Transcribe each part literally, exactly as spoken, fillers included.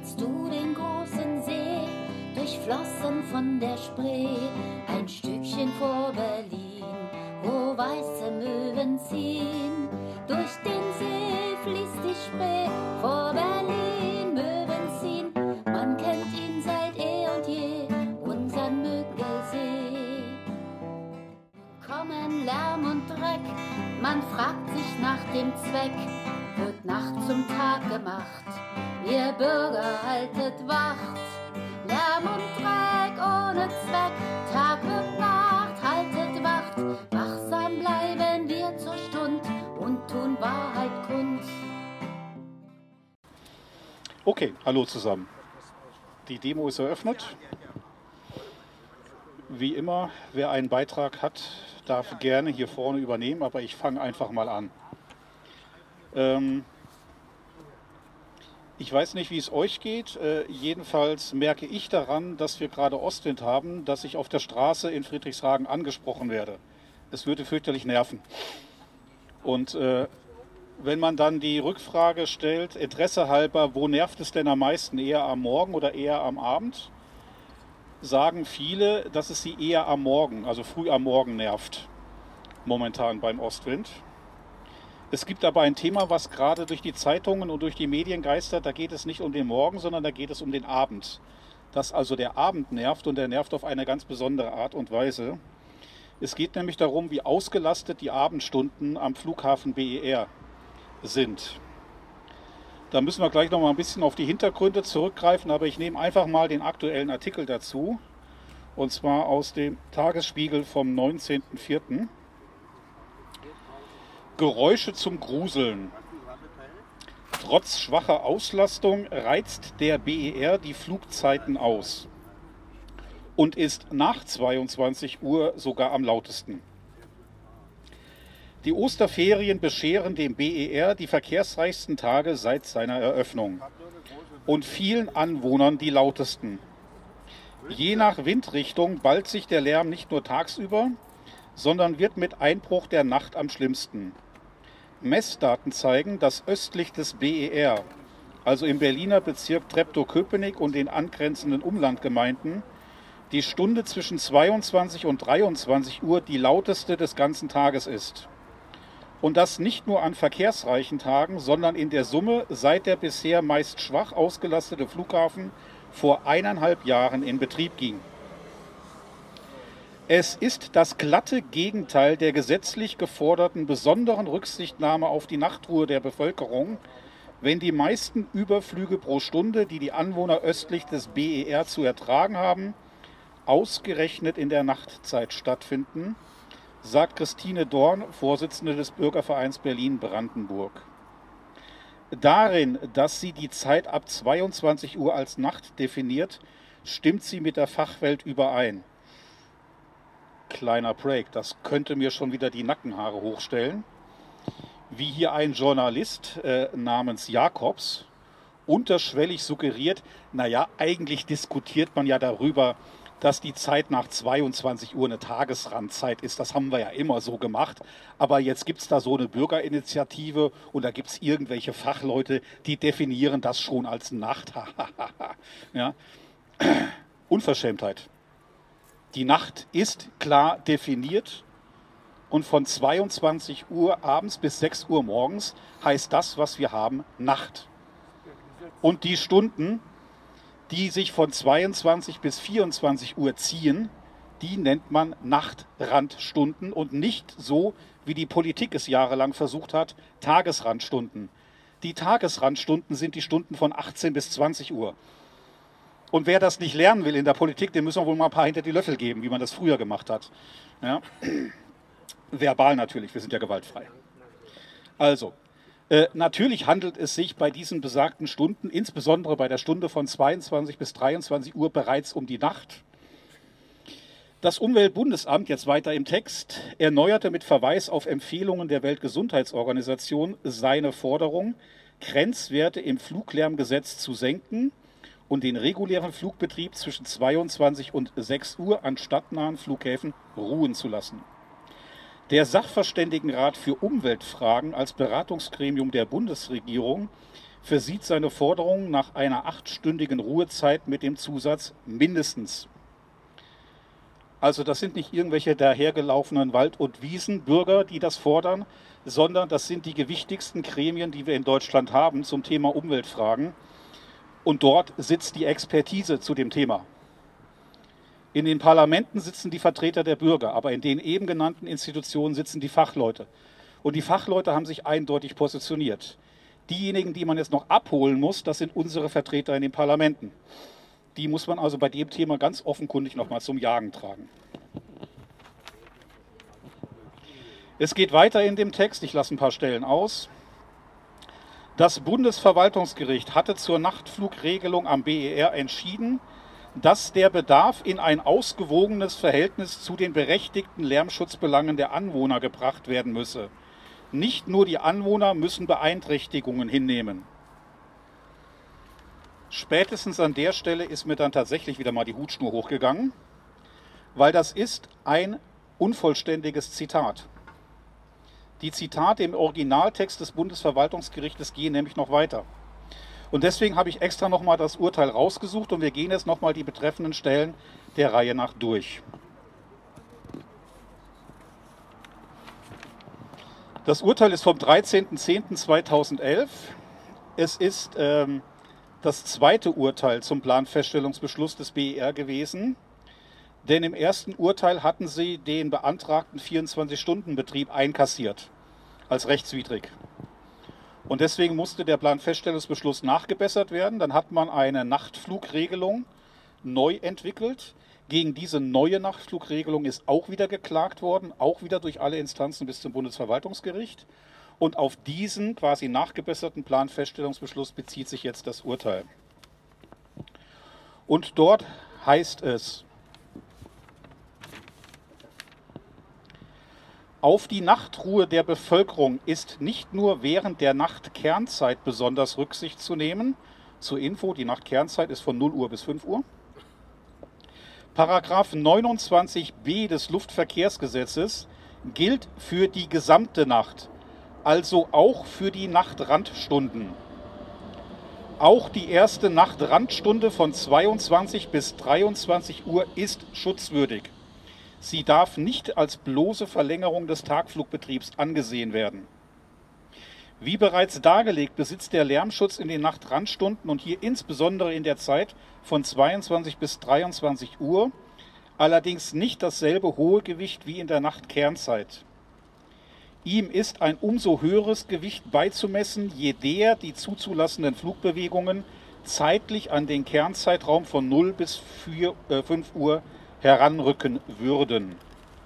siehst du den großen See, durchflossen von der Spree, ein Stückchen vor Berlin, wo weiße Möwen ziehen. Durch den See fließt die Spree, vor Berlin Möwen ziehen. Man kennt ihn seit eh und je, unseren Müggelsee. Kommen Lärm und Dreck, man fragt sich nach dem Zweck, wird Nacht zum Tag gemacht, ihr Bürger haltet Wacht. Lärm und Dreck ohne Zweck, Tag wird Nacht, haltet Wacht. Wachsam bleiben wir zur Stund und tun Wahrheit kund. Okay, hallo zusammen. Die Demo ist eröffnet. Wie immer, wer einen Beitrag hat, darf gerne hier vorne übernehmen, aber ich fange einfach mal an. Ähm, ich weiß nicht, wie es euch geht. Äh, jedenfalls merke ich daran, dass wir gerade Ostwind haben, dass ich auf der Straße in Friedrichshagen angesprochen werde. Es würde fürchterlich nerven. Und äh, wenn man dann die Rückfrage stellt, Interesse halber, wo nervt es denn am meisten, eher am Morgen oder eher am Abend, sagen viele, dass es sie eher am Morgen, also früh am Morgen nervt, momentan beim Ostwind. Es gibt aber ein Thema, was gerade durch die Zeitungen und durch die Medien geistert, da geht es nicht um den Morgen, sondern da geht es um den Abend. Dass also der Abend nervt und der nervt auf eine ganz besondere Art und Weise. Es geht nämlich darum, wie ausgelastet die Abendstunden am Flughafen B E R sind. Da müssen wir gleich noch mal ein bisschen auf die Hintergründe zurückgreifen, aber ich nehme einfach mal den aktuellen Artikel dazu, und zwar aus dem Tagesspiegel vom neunzehnten vierten Geräusche zum Gruseln. Trotz schwacher Auslastung reizt der B E R die Flugzeiten aus und ist nach zweiundzwanzig Uhr sogar am lautesten. Die Osterferien bescheren dem B E R die verkehrsreichsten Tage seit seiner Eröffnung und vielen Anwohnern die lautesten. Je nach Windrichtung ballt sich der Lärm nicht nur tagsüber, sondern wird mit Einbruch der Nacht am schlimmsten. Messdaten zeigen, dass östlich des B E R, also im Berliner Bezirk Treptow-Köpenick und den angrenzenden Umlandgemeinden, die Stunde zwischen zweiundzwanzig und dreiundzwanzig Uhr die lauteste des ganzen Tages ist. Und das nicht nur an verkehrsreichen Tagen, sondern in der Summe seit der bisher meist schwach ausgelastete Flughafen vor eineinhalb Jahren in Betrieb ging. Es ist das glatte Gegenteil der gesetzlich geforderten besonderen Rücksichtnahme auf die Nachtruhe der Bevölkerung, wenn die meisten Überflüge pro Stunde, die die Anwohner östlich des B E R zu ertragen haben, ausgerechnet in der Nachtzeit stattfinden, sagt Christine Dorn, Vorsitzende des Bürgervereins Berlin-Brandenburg. Darin, dass sie die Zeit ab zweiundzwanzig Uhr als Nacht definiert, stimmt sie mit der Fachwelt überein. Kleiner Break, das könnte mir schon wieder die Nackenhaare hochstellen. Wie hier ein Journalist äh, namens Jakobs unterschwellig suggeriert, naja, eigentlich diskutiert man ja darüber, dass die Zeit nach zweiundzwanzig Uhr eine Tagesrandzeit ist. Das haben wir ja immer so gemacht. Aber jetzt gibt es da so eine Bürgerinitiative und da gibt es irgendwelche Fachleute, die definieren das schon als Nacht. Ja. Unverschämtheit. Die Nacht ist klar definiert und von zweiundzwanzig Uhr abends bis sechs Uhr morgens heißt das, was wir haben, Nacht. Und die Stunden, die sich von zweiundzwanzig bis vierundzwanzig Uhr ziehen, die nennt man Nachtrandstunden und nicht so, wie die Politik es jahrelang versucht hat, Tagesrandstunden. Die Tagesrandstunden sind die Stunden von achtzehn bis zwanzig Uhr. Und wer das nicht lernen will in der Politik, dem müssen wir wohl mal ein paar hinter die Löffel geben, wie man das früher gemacht hat. Ja. Verbal natürlich, wir sind ja gewaltfrei. Also, Äh, natürlich handelt es sich bei diesen besagten Stunden, insbesondere bei der Stunde von zweiundzwanzig bis dreiundzwanzig Uhr, bereits um die Nacht. Das Umweltbundesamt, jetzt weiter im Text, erneuerte mit Verweis auf Empfehlungen der Weltgesundheitsorganisation seine Forderung, Grenzwerte im Fluglärmgesetz zu senken und den regulären Flugbetrieb zwischen zweiundzwanzig und sechs Uhr an stadtnahen Flughäfen ruhen zu lassen. Der Sachverständigenrat für Umweltfragen als Beratungsgremium der Bundesregierung versieht seine Forderung nach einer achtstündigen Ruhezeit mit dem Zusatz mindestens. Also das sind nicht irgendwelche dahergelaufenen Wald- und Wiesenbürger, die das fordern, sondern das sind die gewichtigsten Gremien, die wir in Deutschland haben zum Thema Umweltfragen. Und dort sitzt die Expertise zu dem Thema. In den Parlamenten sitzen die Vertreter der Bürger, aber in den eben genannten Institutionen sitzen die Fachleute. Und die Fachleute haben sich eindeutig positioniert. Diejenigen, die man jetzt noch abholen muss, das sind unsere Vertreter in den Parlamenten. Die muss man also bei dem Thema ganz offenkundig nochmal zum Jagen tragen. Es geht weiter in dem Text, ich lasse ein paar Stellen aus. Das Bundesverwaltungsgericht hatte zur Nachtflugregelung am B E R entschieden, dass der Bedarf in ein ausgewogenes Verhältnis zu den berechtigten Lärmschutzbelangen der Anwohner gebracht werden müsse. Nicht nur die Anwohner müssen Beeinträchtigungen hinnehmen. Spätestens an der Stelle ist mir dann tatsächlich wieder mal die Hutschnur hochgegangen, weil das ist ein unvollständiges Zitat. Die Zitate im Originaltext des Bundesverwaltungsgerichtes gehen nämlich noch weiter. Und deswegen habe ich extra nochmal das Urteil rausgesucht und wir gehen jetzt nochmal die betreffenden Stellen der Reihe nach durch. Das Urteil ist vom dreizehnten zehnten zweitausendelf. Es ist ähm, das zweite Urteil zum Planfeststellungsbeschluss des B E R gewesen. Denn im ersten Urteil hatten sie den beantragten vierundzwanzig-Stunden-Betrieb einkassiert als rechtswidrig. Und deswegen musste der Planfeststellungsbeschluss nachgebessert werden. Dann hat man eine Nachtflugregelung neu entwickelt. Gegen diese neue Nachtflugregelung ist auch wieder geklagt worden, auch wieder durch alle Instanzen bis zum Bundesverwaltungsgericht. Und auf diesen quasi nachgebesserten Planfeststellungsbeschluss bezieht sich jetzt das Urteil. Und dort heißt es: Auf die Nachtruhe der Bevölkerung ist nicht nur während der Nachtkernzeit besonders Rücksicht zu nehmen. Zur Info, die Nachtkernzeit ist von null Uhr bis fünf Uhr. Paragraph neunundzwanzig b des Luftverkehrsgesetzes gilt für die gesamte Nacht, also auch für die Nachtrandstunden. Auch die erste Nachtranstunde von zweiundzwanzig bis dreiundzwanzig Uhr ist schutzwürdig. Sie darf nicht als bloße Verlängerung des Tagflugbetriebs angesehen werden. Wie bereits dargelegt, besitzt der Lärmschutz in den Nachtrandstunden und hier insbesondere in der Zeit von zweiundzwanzig bis dreiundzwanzig Uhr allerdings nicht dasselbe hohe Gewicht wie in der Nachtkernzeit. Ihm ist ein umso höheres Gewicht beizumessen, je der die zuzulassenden Flugbewegungen zeitlich an den Kernzeitraum von null bis fünf Uhr heranrücken würden.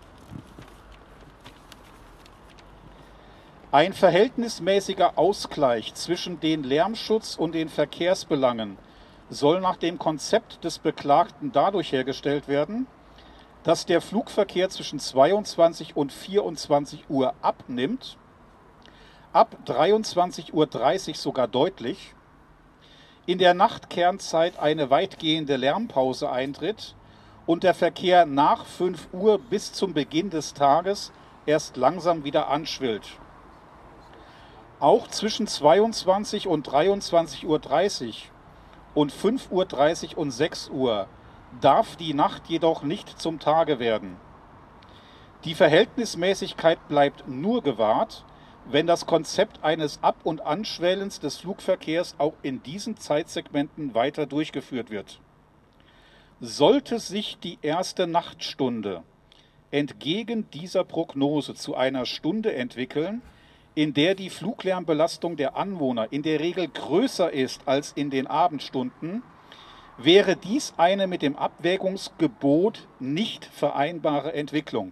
Ein verhältnismäßiger Ausgleich zwischen den Lärmschutz- und den Verkehrsbelangen soll nach dem Konzept des Beklagten dadurch hergestellt werden, dass der Flugverkehr zwischen zweiundzwanzig und vierundzwanzig Uhr abnimmt, ab dreiundzwanzig Uhr dreißig sogar deutlich, in der Nachtkernzeit eine weitgehende Lärmpause eintritt und der Verkehr nach fünf Uhr bis zum Beginn des Tages erst langsam wieder anschwillt. Auch zwischen zweiundzwanzig und dreiundzwanzig Uhr dreißig und fünf Uhr dreißig und sechs Uhr darf die Nacht jedoch nicht zum Tage werden. Die Verhältnismäßigkeit bleibt nur gewahrt, wenn das Konzept eines Ab- und Anschwellens des Flugverkehrs auch in diesen Zeitsegmenten weiter durchgeführt wird. Sollte sich die erste Nachtstunde entgegen dieser Prognose zu einer Stunde entwickeln, in der die Fluglärmbelastung der Anwohner in der Regel größer ist als in den Abendstunden, wäre dies eine mit dem Abwägungsgebot nicht vereinbare Entwicklung.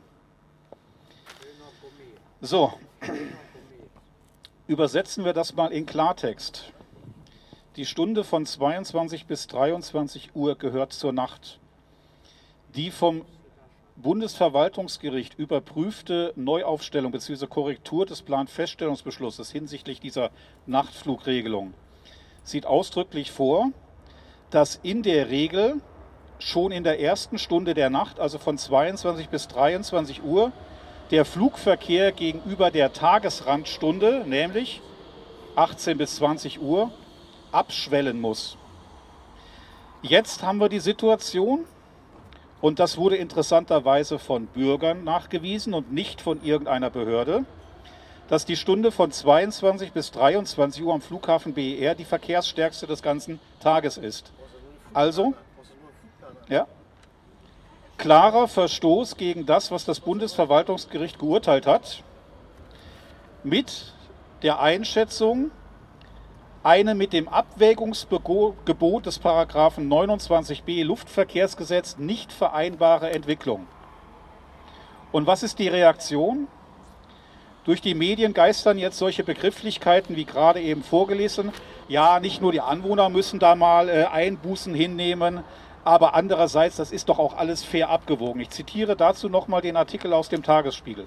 So, übersetzen wir das mal in Klartext. Die Stunde von zweiundzwanzig bis dreiundzwanzig Uhr gehört zur Nacht. Die vom Bundesverwaltungsgericht überprüfte Neuaufstellung bzw. Korrektur des Planfeststellungsbeschlusses hinsichtlich dieser Nachtflugregelung sieht ausdrücklich vor, dass in der Regel schon in der ersten Stunde der Nacht, also von zweiundzwanzig bis dreiundzwanzig Uhr, der Flugverkehr gegenüber der Tagesrandstunde, nämlich achtzehn bis zwanzig Uhr, abschwellen muss. Jetzt haben wir die Situation, und das wurde interessanterweise von Bürgern nachgewiesen und nicht von irgendeiner Behörde, dass die Stunde von zweiundzwanzig bis dreiundzwanzig Uhr am Flughafen B E R die verkehrsstärkste des ganzen Tages ist. Also, ja, klarer Verstoß gegen das, was das Bundesverwaltungsgericht geurteilt hat, mit der Einschätzung, eine mit dem Abwägungsgebot des Paragraphen neunundzwanzig b Luftverkehrsgesetz nicht vereinbare Entwicklung. Und was ist die Reaktion? Durch die Medien geistern jetzt solche Begrifflichkeiten, wie gerade eben vorgelesen. Ja, nicht nur die Anwohner müssen da mal äh, Einbußen hinnehmen, aber andererseits, das ist doch auch alles fair abgewogen. Ich zitiere dazu nochmal den Artikel aus dem Tagesspiegel.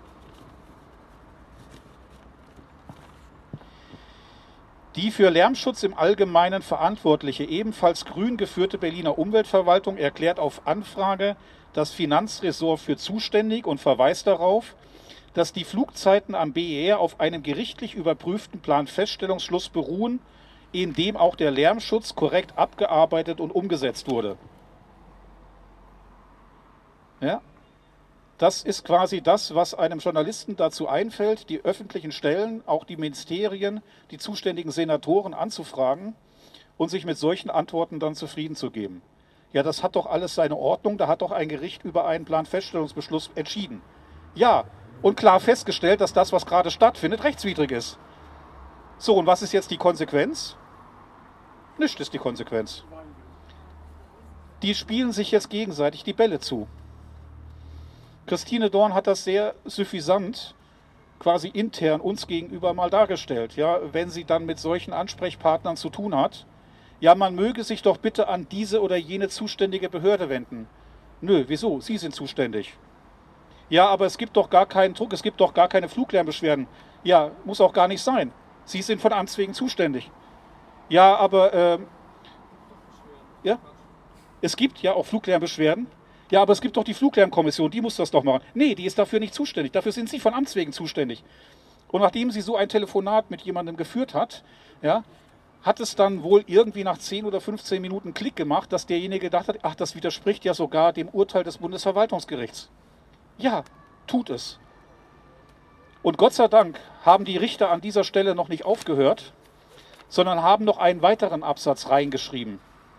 Die für Lärmschutz im Allgemeinen verantwortliche, ebenfalls grün geführte Berliner Umweltverwaltung erklärt auf Anfrage das Finanzressort für zuständig und verweist darauf, dass die Flugzeiten am B E R auf einem gerichtlich überprüften Planfeststellungsschluss beruhen, in dem auch der Lärmschutz korrekt abgearbeitet und umgesetzt wurde. Ja? Das ist quasi das, was einem Journalisten dazu einfällt, die öffentlichen Stellen, auch die Ministerien, die zuständigen Senatoren anzufragen und sich mit solchen Antworten dann zufrieden zu geben. Ja, das hat doch alles seine Ordnung, da hat doch ein Gericht über einen Planfeststellungsbeschluss entschieden. Ja, und klar festgestellt, dass das, was gerade stattfindet, rechtswidrig ist. So, und was ist jetzt die Konsequenz? Nichts ist die Konsequenz. Die spielen sich jetzt gegenseitig die Bälle zu. Christine Dorn hat das sehr suffisant quasi intern uns gegenüber mal dargestellt. Ja, wenn sie dann mit solchen Ansprechpartnern zu tun hat, ja, man möge sich doch bitte an diese oder jene zuständige Behörde wenden. Nö, wieso? Sie sind zuständig. Ja, aber es gibt doch gar keinen Druck, es gibt doch gar keine Fluglärmbeschwerden. Ja, muss auch gar nicht sein. Sie sind von Amts wegen zuständig. Ja, aber äh, ja, es gibt ja auch Fluglärmbeschwerden. Ja, aber es gibt doch die Fluglärmkommission, die muss das doch machen. Nee, die ist dafür nicht zuständig. Dafür sind Sie von Amts wegen zuständig. Und nachdem sie so ein Telefonat mit jemandem geführt hat, ja, hat es dann wohl irgendwie nach zehn oder fünfzehn Minuten Klick gemacht, dass derjenige gedacht hat, ach, das widerspricht ja sogar dem Urteil des Bundesverwaltungsgerichts. Ja, tut es. Und Gott sei Dank haben die Richter an dieser Stelle noch nicht aufgehört, sondern haben noch einen weiteren Absatz reingeschrieben.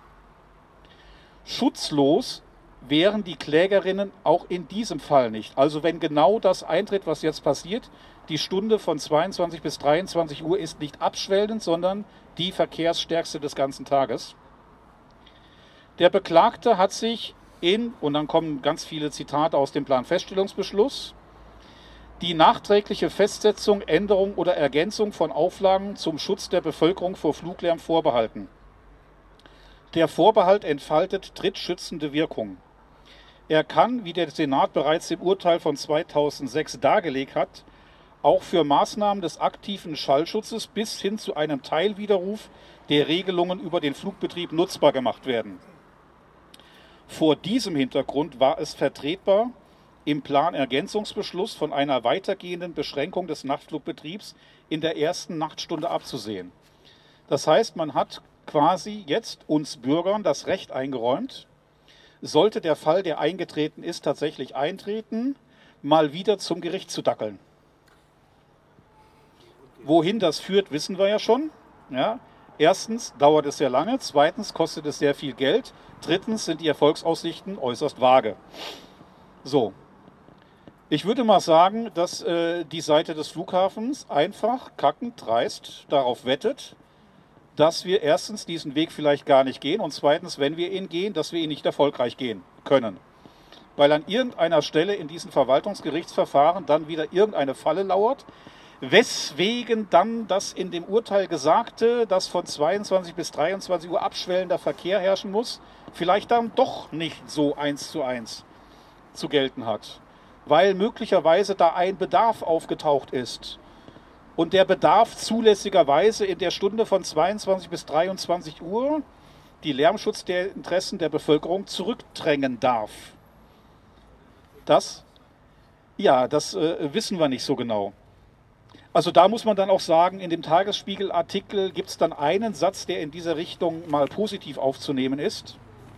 Schutzlos wären die Klägerinnen auch in diesem Fall nicht. Also wenn genau das eintritt, was jetzt passiert, die Stunde von zweiundzwanzig bis dreiundzwanzig Uhr ist nicht abschwellend, sondern die verkehrsstärkste des ganzen Tages. Der Beklagte hat sich in, und dann kommen ganz viele Zitate aus dem Planfeststellungsbeschluss, die nachträgliche Festsetzung, Änderung oder Ergänzung von Auflagen zum Schutz der Bevölkerung vor Fluglärm vorbehalten. Der Vorbehalt entfaltet drittschützende Wirkung. Er kann, wie der Senat bereits im Urteil von zweitausendsechs dargelegt hat, auch für Maßnahmen des aktiven Schallschutzes bis hin zu einem Teilwiderruf der Regelungen über den Flugbetrieb nutzbar gemacht werden. Vor diesem Hintergrund war es vertretbar, im Planergänzungsbeschluss von einer weitergehenden Beschränkung des Nachtflugbetriebs in der ersten Nachtstunde abzusehen. Das heißt, man hat quasi jetzt uns Bürgern das Recht eingeräumt, sollte der Fall, der eingetreten ist, tatsächlich eintreten, mal wieder zum Gericht zu dackeln. Wohin das führt, wissen wir ja schon. Ja. Erstens dauert es sehr lange, zweitens kostet es sehr viel Geld, drittens sind die Erfolgsaussichten äußerst vage. So, ich würde mal sagen, dass äh, die Seite des Flughafens einfach kackend dreist darauf wettet, dass wir erstens diesen Weg vielleicht gar nicht gehen und zweitens, wenn wir ihn gehen, dass wir ihn nicht erfolgreich gehen können. Weil an irgendeiner Stelle in diesen Verwaltungsgerichtsverfahren dann wieder irgendeine Falle lauert, weswegen dann das in dem Urteil Gesagte, dass von zweiundzwanzig bis dreiundzwanzig Uhr abschwellender Verkehr herrschen muss, vielleicht dann doch nicht so eins zu eins zu gelten hat. Weil möglicherweise da ein Bedarf aufgetaucht ist. Und der Bedarf zulässigerweise in der Stunde von zweiundzwanzig bis dreiundzwanzig Uhr die Lärmschutz der Interessen der Bevölkerung zurückdrängen darf. Das, ja, das äh, wissen wir nicht so genau. Also da muss man dann auch sagen, in dem Tagesspiegel-Artikel gibt es dann einen Satz, der in dieser Richtung mal positiv aufzunehmen ist.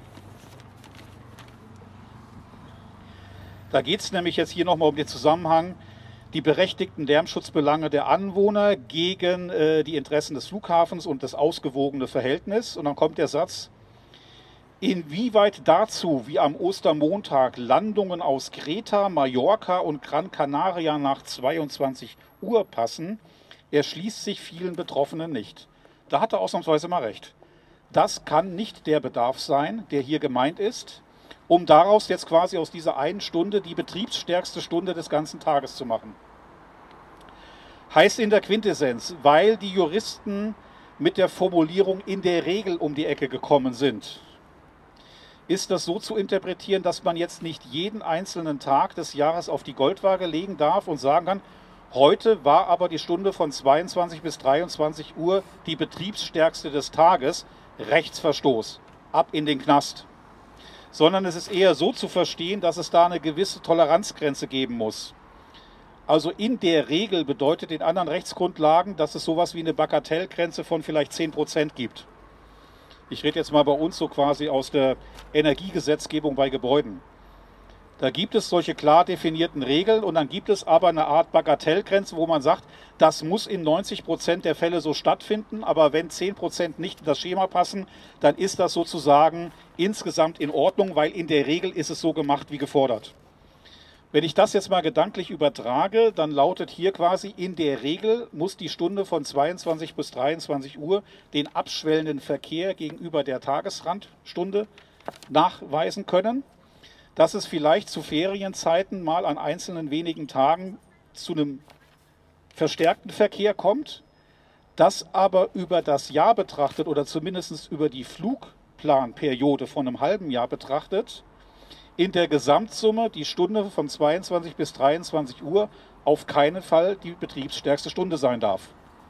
Da geht es nämlich jetzt hier nochmal um den Zusammenhang, die berechtigten Lärmschutzbelange der Anwohner gegen äh, die Interessen des Flughafens und das ausgewogene Verhältnis. Und dann kommt der Satz: Inwieweit dazu, wie am Ostermontag, Landungen aus Kreta, Mallorca und Gran Canaria nach zweiundzwanzig Uhr passen, erschließt sich vielen Betroffenen nicht. Da hat er ausnahmsweise mal recht. Das kann nicht der Bedarf sein, der hier gemeint ist, um daraus jetzt quasi aus dieser einen Stunde die betriebsstärkste Stunde des ganzen Tages zu machen. Heißt in der Quintessenz, weil die Juristen mit der Formulierung in der Regel um die Ecke gekommen sind, ist das so zu interpretieren, dass man jetzt nicht jeden einzelnen Tag des Jahres auf die Goldwaage legen darf und sagen kann, heute war aber die Stunde von zweiundzwanzig bis dreiundzwanzig Uhr die betriebsstärkste des Tages, Rechtsverstoß, ab in den Knast. Sondern es ist eher so zu verstehen, dass es da eine gewisse Toleranzgrenze geben muss. Also in der Regel bedeutet in anderen Rechtsgrundlagen, dass es sowas wie eine Bagatellgrenze von vielleicht zehn Prozent gibt. Ich rede jetzt mal bei uns so quasi aus der Energiegesetzgebung bei Gebäuden. Da gibt es solche klar definierten Regeln und dann gibt es aber eine Art Bagatellgrenze, wo man sagt, das muss in neunzig Prozent der Fälle so stattfinden, aber wenn zehn Prozent nicht in das Schema passen, dann ist das sozusagen insgesamt in Ordnung, weil in der Regel ist es so gemacht wie gefordert. Wenn ich das jetzt mal gedanklich übertrage, dann lautet hier quasi, in der Regel muss die Stunde von zweiundzwanzig bis dreiundzwanzig Uhr den abschwellenden Verkehr gegenüber der Tagesrandstunde nachweisen können. Dass es vielleicht zu Ferienzeiten mal an einzelnen wenigen Tagen zu einem verstärkten Verkehr kommt, das aber über das Jahr betrachtet oder zumindest über die Flugplanperiode von einem halben Jahr betrachtet, in der Gesamtsumme die Stunde von zweiundzwanzig bis dreiundzwanzig Uhr auf keinen Fall die betriebsstärkste Stunde sein darf.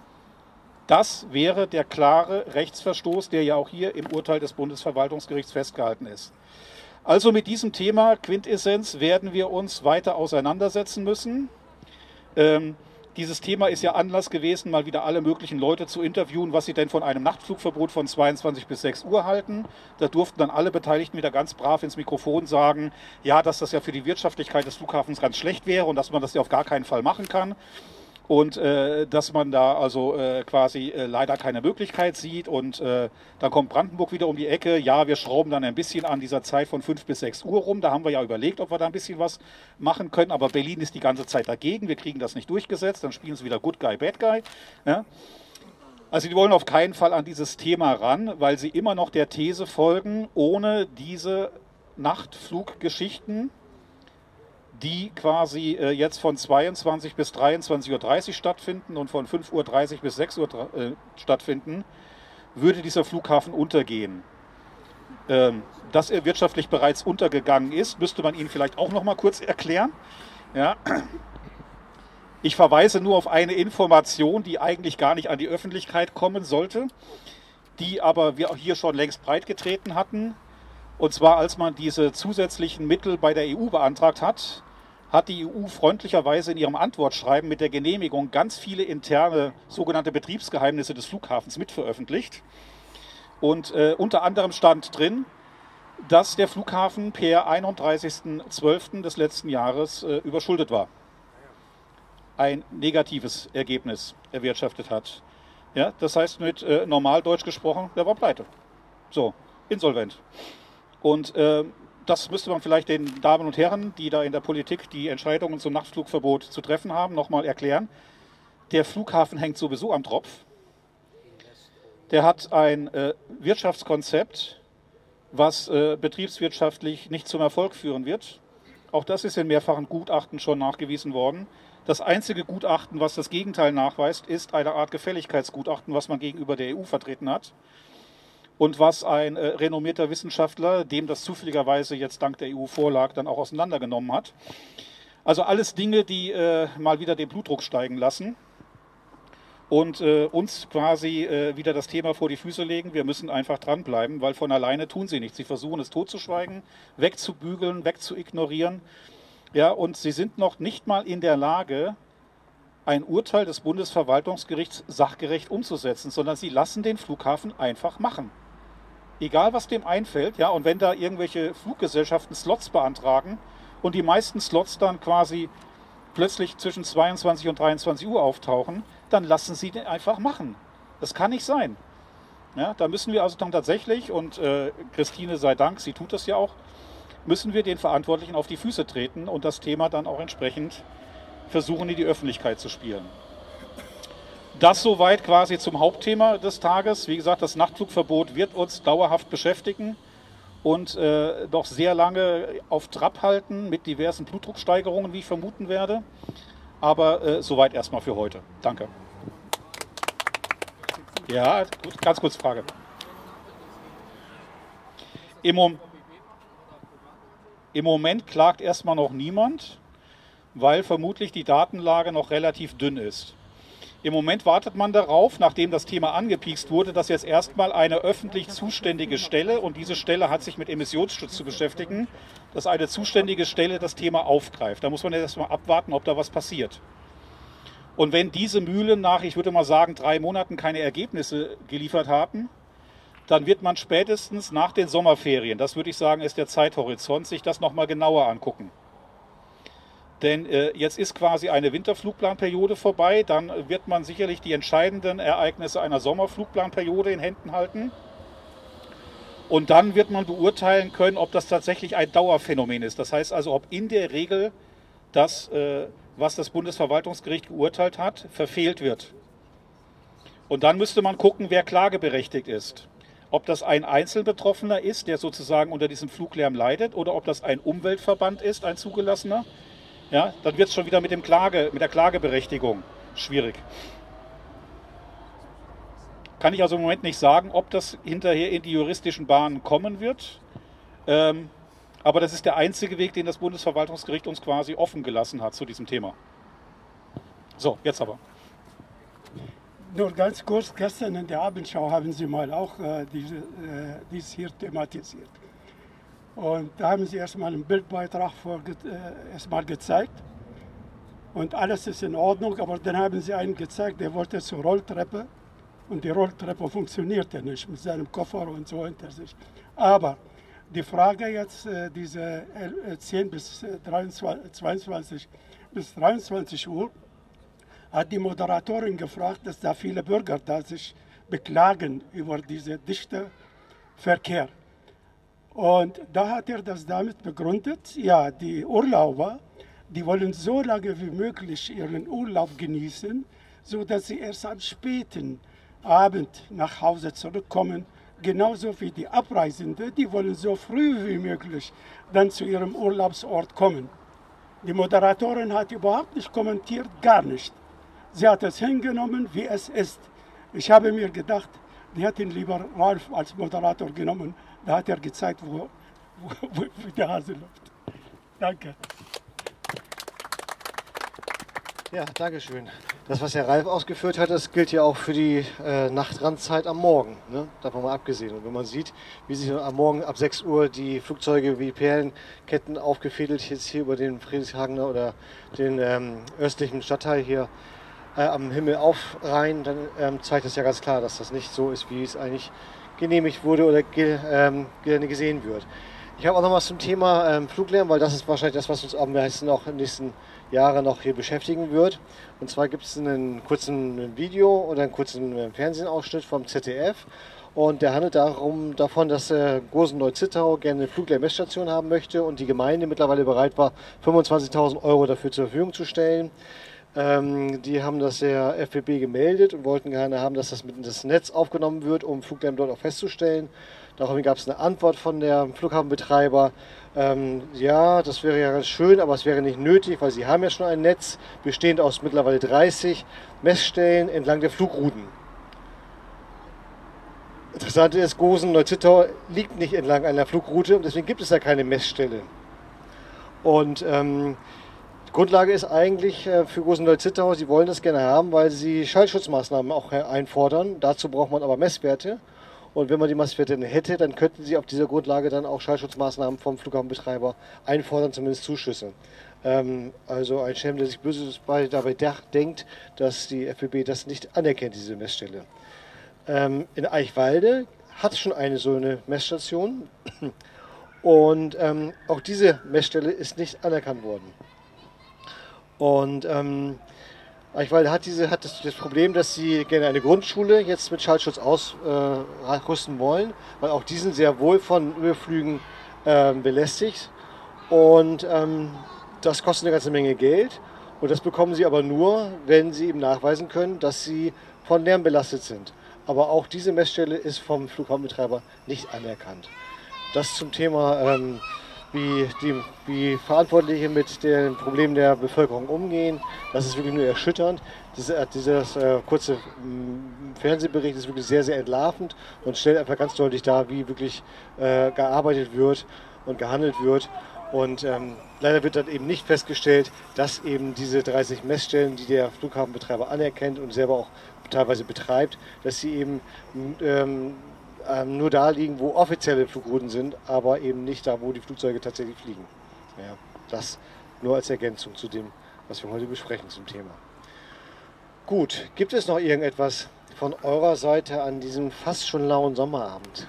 Das wäre der klare Rechtsverstoß, der ja auch hier im Urteil des Bundesverwaltungsgerichts festgehalten ist. Also mit diesem Thema Quintessenz werden wir uns weiter auseinandersetzen müssen. Ähm, dieses Thema ist ja Anlass gewesen, mal wieder alle möglichen Leute zu interviewen, was sie denn von einem Nachtflugverbot von zweiundzwanzig bis sechs Uhr halten. Da durften dann alle Beteiligten wieder ganz brav ins Mikrofon sagen, ja, dass das ja für die Wirtschaftlichkeit des Flughafens ganz schlecht wäre und dass man das ja auf gar keinen Fall machen kann. Und äh, dass man da also äh, quasi äh, leider keine Möglichkeit sieht. Und äh, dann kommt Brandenburg wieder um die Ecke. Ja, wir schrauben dann ein bisschen an dieser Zeit von fünf bis sechs Uhr rum. Da haben wir ja überlegt, ob wir da ein bisschen was machen können. Aber Berlin ist die ganze Zeit dagegen. Wir kriegen das nicht durchgesetzt. Dann spielen sie wieder Good Guy, Bad Guy. Ja? Also die wollen auf keinen Fall an dieses Thema ran, weil sie immer noch der These folgen, ohne diese Nachtfluggeschichten, die quasi äh, jetzt von zweiundzwanzig bis dreiundzwanzig Uhr dreißig stattfinden und von fünf Uhr dreißig bis sechs Uhr äh, stattfinden, würde dieser Flughafen untergehen. Ähm, dass er wirtschaftlich bereits untergegangen ist, müsste man Ihnen vielleicht auch noch mal kurz erklären. Ja. Ich verweise nur auf eine Information, die eigentlich gar nicht an die Öffentlichkeit kommen sollte, die aber wir auch hier schon längst breitgetreten hatten. Und zwar, als man diese zusätzlichen Mittel bei der E U beantragt hat, hat die E U freundlicherweise in ihrem Antwortschreiben mit der Genehmigung ganz viele interne sogenannte Betriebsgeheimnisse des Flughafens mitveröffentlicht. Und äh, unter anderem stand drin, dass der Flughafen per einunddreißigsten zwölften des letzten Jahres äh, überschuldet war. Ein negatives Ergebnis erwirtschaftet hat. Ja, das heißt mit äh, Normaldeutsch gesprochen, der war pleite. So, insolvent. Und äh, das müsste man vielleicht den Damen und Herren, die da in der Politik die Entscheidungen zum Nachtflugverbot zu treffen haben, nochmal erklären. Der Flughafen hängt sowieso am Tropf. Der hat ein äh, Wirtschaftskonzept, was äh, betriebswirtschaftlich nicht zum Erfolg führen wird. Auch das ist in mehrfachen Gutachten schon nachgewiesen worden. Das einzige Gutachten, was das Gegenteil nachweist, ist eine Art Gefälligkeitsgutachten, was man gegenüber der E U vertreten hat. Und was ein äh, renommierter Wissenschaftler, dem das zufälligerweise jetzt dank der E U vorlag, dann auch auseinandergenommen hat. Also alles Dinge, die äh, mal wieder den Blutdruck steigen lassen und äh, uns quasi äh, wieder das Thema vor die Füße legen. Wir müssen einfach dranbleiben, weil von alleine tun sie nichts. Sie versuchen es totzuschweigen, wegzubügeln, wegzuignorieren. Ja, und sie sind noch nicht mal in der Lage, ein Urteil des Bundesverwaltungsgerichts sachgerecht umzusetzen, sondern sie lassen den Flughafen einfach machen. Egal, was dem einfällt, ja, und wenn da irgendwelche Fluggesellschaften Slots beantragen und die meisten Slots dann quasi plötzlich zwischen zweiundzwanzig und dreiundzwanzig Uhr auftauchen, dann lassen sie den einfach machen. Das kann nicht sein. Ja, da müssen wir also dann tatsächlich, und äh, Christine sei Dank, sie tut das ja auch, müssen wir den Verantwortlichen auf die Füße treten und das Thema dann auch entsprechend versuchen, in die Öffentlichkeit zu spielen. Das soweit quasi zum Hauptthema des Tages. Wie gesagt, das Nachtflugverbot wird uns dauerhaft beschäftigen und äh, doch sehr lange auf Trab halten mit diversen Blutdrucksteigerungen, wie ich vermuten werde. Aber äh, soweit erstmal für heute. Danke. Ja, gut, ganz kurz Frage. Im, Mom Im Moment klagt erstmal noch niemand, weil vermutlich die Datenlage noch relativ dünn ist. Im Moment wartet man darauf, nachdem das Thema angepiekst wurde, dass jetzt erstmal eine öffentlich zuständige Stelle, und diese Stelle hat sich mit Emissionsschutz zu beschäftigen, dass eine zuständige Stelle das Thema aufgreift. Da muss man jetzt erstmal abwarten, ob da was passiert. Und wenn diese Mühlen nach, ich würde mal sagen, drei Monaten keine Ergebnisse geliefert haben, dann wird man spätestens nach den Sommerferien, das würde ich sagen, ist der Zeithorizont, sich das nochmal genauer angucken. Denn äh, jetzt ist quasi eine Winterflugplanperiode vorbei, dann wird man sicherlich die entscheidenden Ereignisse einer Sommerflugplanperiode in Händen halten. Und dann wird man beurteilen können, ob das tatsächlich ein Dauerphänomen ist. Das heißt also, ob in der Regel das, äh, was das Bundesverwaltungsgericht geurteilt hat, verfehlt wird. Und dann müsste man gucken, wer klageberechtigt ist. Ob das ein Einzelbetroffener ist, der sozusagen unter diesem Fluglärm leidet, oder ob das ein Umweltverband ist, ein zugelassener. Ja, dann wird es schon wieder mit, dem Klage, mit der Klageberechtigung schwierig. Kann ich also im Moment nicht sagen, ob das hinterher in die juristischen Bahnen kommen wird. Ähm, aber das ist der einzige Weg, den das Bundesverwaltungsgericht uns quasi offen gelassen hat zu diesem Thema. So, jetzt aber. Nur ganz kurz, gestern in der Abendschau haben Sie mal auch äh, diese, äh, dies hier thematisiert. Und da haben Sie erstmal einen Bildbeitrag vor, äh, erstmal gezeigt. Und alles ist in Ordnung, aber dann haben Sie einen gezeigt, der wollte zur Rolltreppe. Und die Rolltreppe funktionierte nicht mit seinem Koffer und so hinter sich. Aber die Frage jetzt, äh, diese äh, zehn bis dreiundzwanzig, zweiundzwanzig bis dreiundzwanzig Uhr, hat die Moderatorin gefragt, dass da viele Bürger da sich beklagen über diesen dichten Verkehr. Und da hat er das damit begründet, ja, die Urlauber, die wollen so lange wie möglich ihren Urlaub genießen, sodass sie erst am späten Abend nach Hause zurückkommen. Genauso wie die Abreisenden, die wollen so früh wie möglich dann zu ihrem Urlaubsort kommen. Die Moderatorin hat überhaupt nicht kommentiert, gar nicht. Sie hat es hingenommen, wie es ist. Ich habe mir gedacht, die hätten lieber Ralf als Moderator genommen. Da hat er gezeigt, wo, wo, wo der Hase läuft. Danke. Ja, danke schön. Das, was Herr Ralf ausgeführt hat, das gilt ja auch für die äh, Nachtrandszeit am Morgen. Ne? Davon mal abgesehen. Und wenn man sieht, wie sich am Morgen ab sechs Uhr die Flugzeuge wie Perlenketten aufgefädelt jetzt hier über den Friedrichshagener oder den ähm, östlichen Stadtteil hier äh, am Himmel aufreihen, dann ähm, zeigt das ja ganz klar, dass das nicht so ist, wie es eigentlich genehmigt wurde oder ge, ähm, gesehen wird. Ich habe auch noch was zum Thema ähm, Fluglärm, weil das ist wahrscheinlich das, was uns am meisten auch in den nächsten Jahren noch hier beschäftigen wird. Und zwar gibt es einen kurzen Video oder einen kurzen äh, Fernsehausschnitt vom Z D F. Und der handelt darum, davon, dass äh, Gosen-Neuzittau gerne eine Fluglärmmessstation haben möchte und die Gemeinde mittlerweile bereit war, fünfundzwanzigtausend Euro dafür zur Verfügung zu stellen. Ähm, die haben das der F B B gemeldet und wollten gerne haben, dass das mit ins Netz aufgenommen wird, um Fluglärm dort auch festzustellen. Daraufhin gab es eine Antwort von der Flughafenbetreiber. Ähm, ja, das wäre ja ganz schön, aber es wäre nicht nötig, weil sie haben ja schon ein Netz, bestehend aus mittlerweile dreißig Messstellen entlang der Flugrouten. Interessant ist, Gosen-Neuzittau liegt nicht entlang einer Flugroute und deswegen gibt es da keine Messstelle. Und ähm, die Grundlage ist eigentlich äh, für Gosen-Neuzittau, sie wollen das gerne haben, weil sie Schallschutzmaßnahmen auch äh, einfordern. Dazu braucht man aber Messwerte. Und wenn man die Messwerte hätte, dann könnten sie auf dieser Grundlage dann auch Schallschutzmaßnahmen vom Flughafenbetreiber einfordern, zumindest Zuschüsse. Ähm, also ein Schelm, der sich Böses bei, dabei denkt, dass die F B B das nicht anerkennt, diese Messstelle. Ähm, in Eichwalde hat es schon eine so eine Messstation und ähm, auch diese Messstelle ist nicht anerkannt worden. Und ähm, Eichwalde hat, diese, hat das, das Problem, dass sie gerne eine Grundschule jetzt mit Schallschutz ausrüsten äh, wollen, weil auch die sind sehr wohl von Überflügen äh, belästigt. Und ähm, das kostet eine ganze Menge Geld. Und das bekommen sie aber nur, wenn sie eben nachweisen können, dass sie von Lärm belastet sind. Aber auch diese Messstelle ist vom Flughafenbetreiber nicht anerkannt. Das zum Thema, ähm, wie die wie Verantwortliche mit den Problemen der Bevölkerung umgehen. Das ist wirklich nur erschütternd. Dieser, dieses äh, kurze mh, Fernsehbericht ist wirklich sehr, sehr entlarvend und stellt einfach ganz deutlich dar, wie wirklich äh, gearbeitet wird und gehandelt wird. Und ähm, leider wird dann eben nicht festgestellt, dass eben diese dreißig Messstellen, die der Flughafenbetreiber anerkennt und selber auch teilweise betreibt, dass sie eben ähm, ähm, nur da liegen, wo offizielle Flugrouten sind, aber eben nicht da, wo die Flugzeuge tatsächlich fliegen. Ja, das nur als Ergänzung zu dem, was wir heute besprechen zum Thema. Gut, gibt es noch irgendetwas von eurer Seite an diesem fast schon lauen Sommerabend?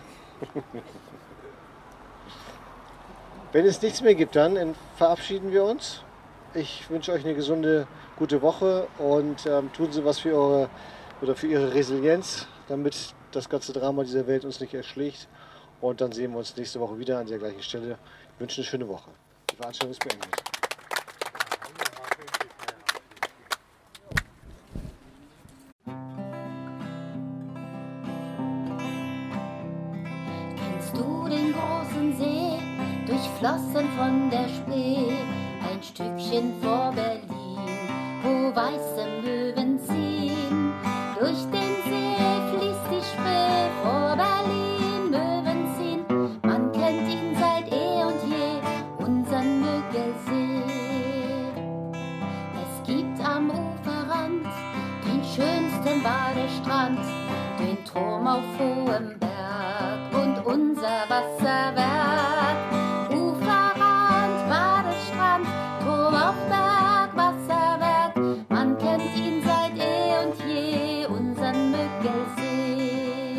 Wenn es nichts mehr gibt, dann verabschieden wir uns. Ich wünsche euch eine gesunde, gute Woche und ähm, tun Sie was für eure oder für Ihre Resilienz, damit das ganze Drama dieser Welt uns nicht erschlägt. Und dann sehen wir uns nächste Woche wieder an der gleichen Stelle. Ich wünsche eine schöne Woche. Die Veranstaltung ist beendet. Kennst du den großen See, durchflossen von der Spree, ein Stückchen vor Berlin, wo weiße Möwen ziehen? Durch den See fließt die Spree, vor Berlin Möwen ziehen. Man kennt ihn seit eh und je, unseren Müggelsee. Es gibt am Uferrand den schönsten Badestrand, den Turm auf hohem Berg und unser Wasserwerk. Uferrand, Badestrand, Turm auf Berg, Wasserwerk. Man kennt ihn seit eh und je, unseren Müggelsee.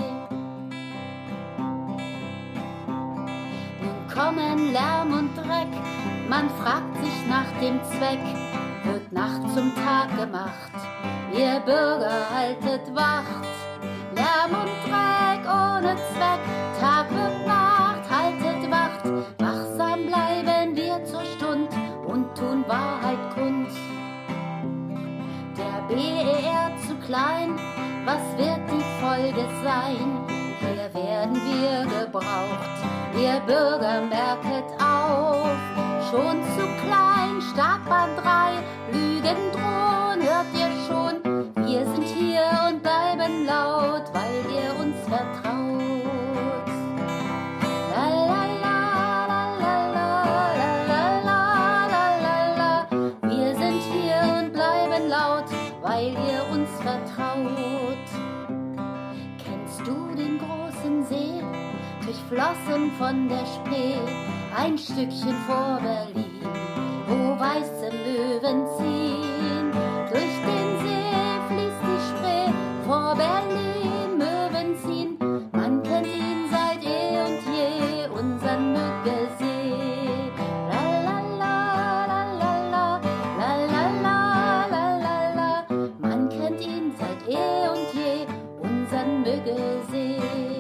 Nun kommen Lärm und Dreck, man fragt sich nach dem Zweck. Wird Nacht zum Tag gemacht, ihr Bürger haltet Wacht. Lärm und Dreck ohne Zweck, Tag wird Nacht, haltet Wacht. Wachsam bleiben wir zur Stund und tun Wahrheit kund. Der B E R zu klein, was wird die Folge sein? Hier werden wir gebraucht, ihr Bürger merket auf. Schon zu klein, Startbahn drei, Lügen drohen, hört ihr schon? Wir sind hier und bleiben laut, weil ihr uns vertraut. La la la la la la la la la la. Wir sind hier und bleiben laut, weil ihr uns vertraut. Kennst du den großen See, durchflossen von der Spree, ein Stückchen vor Berlin, wo weiße Möwen ziehen? Durch den See fließt die Spree, vor Berlin Möwen ziehen. Man kennt ihn seit eh und je, unseren Müggelsee. La la la la la la la la la la la. Man kennt ihn seit eh und je, unseren Müggelsee.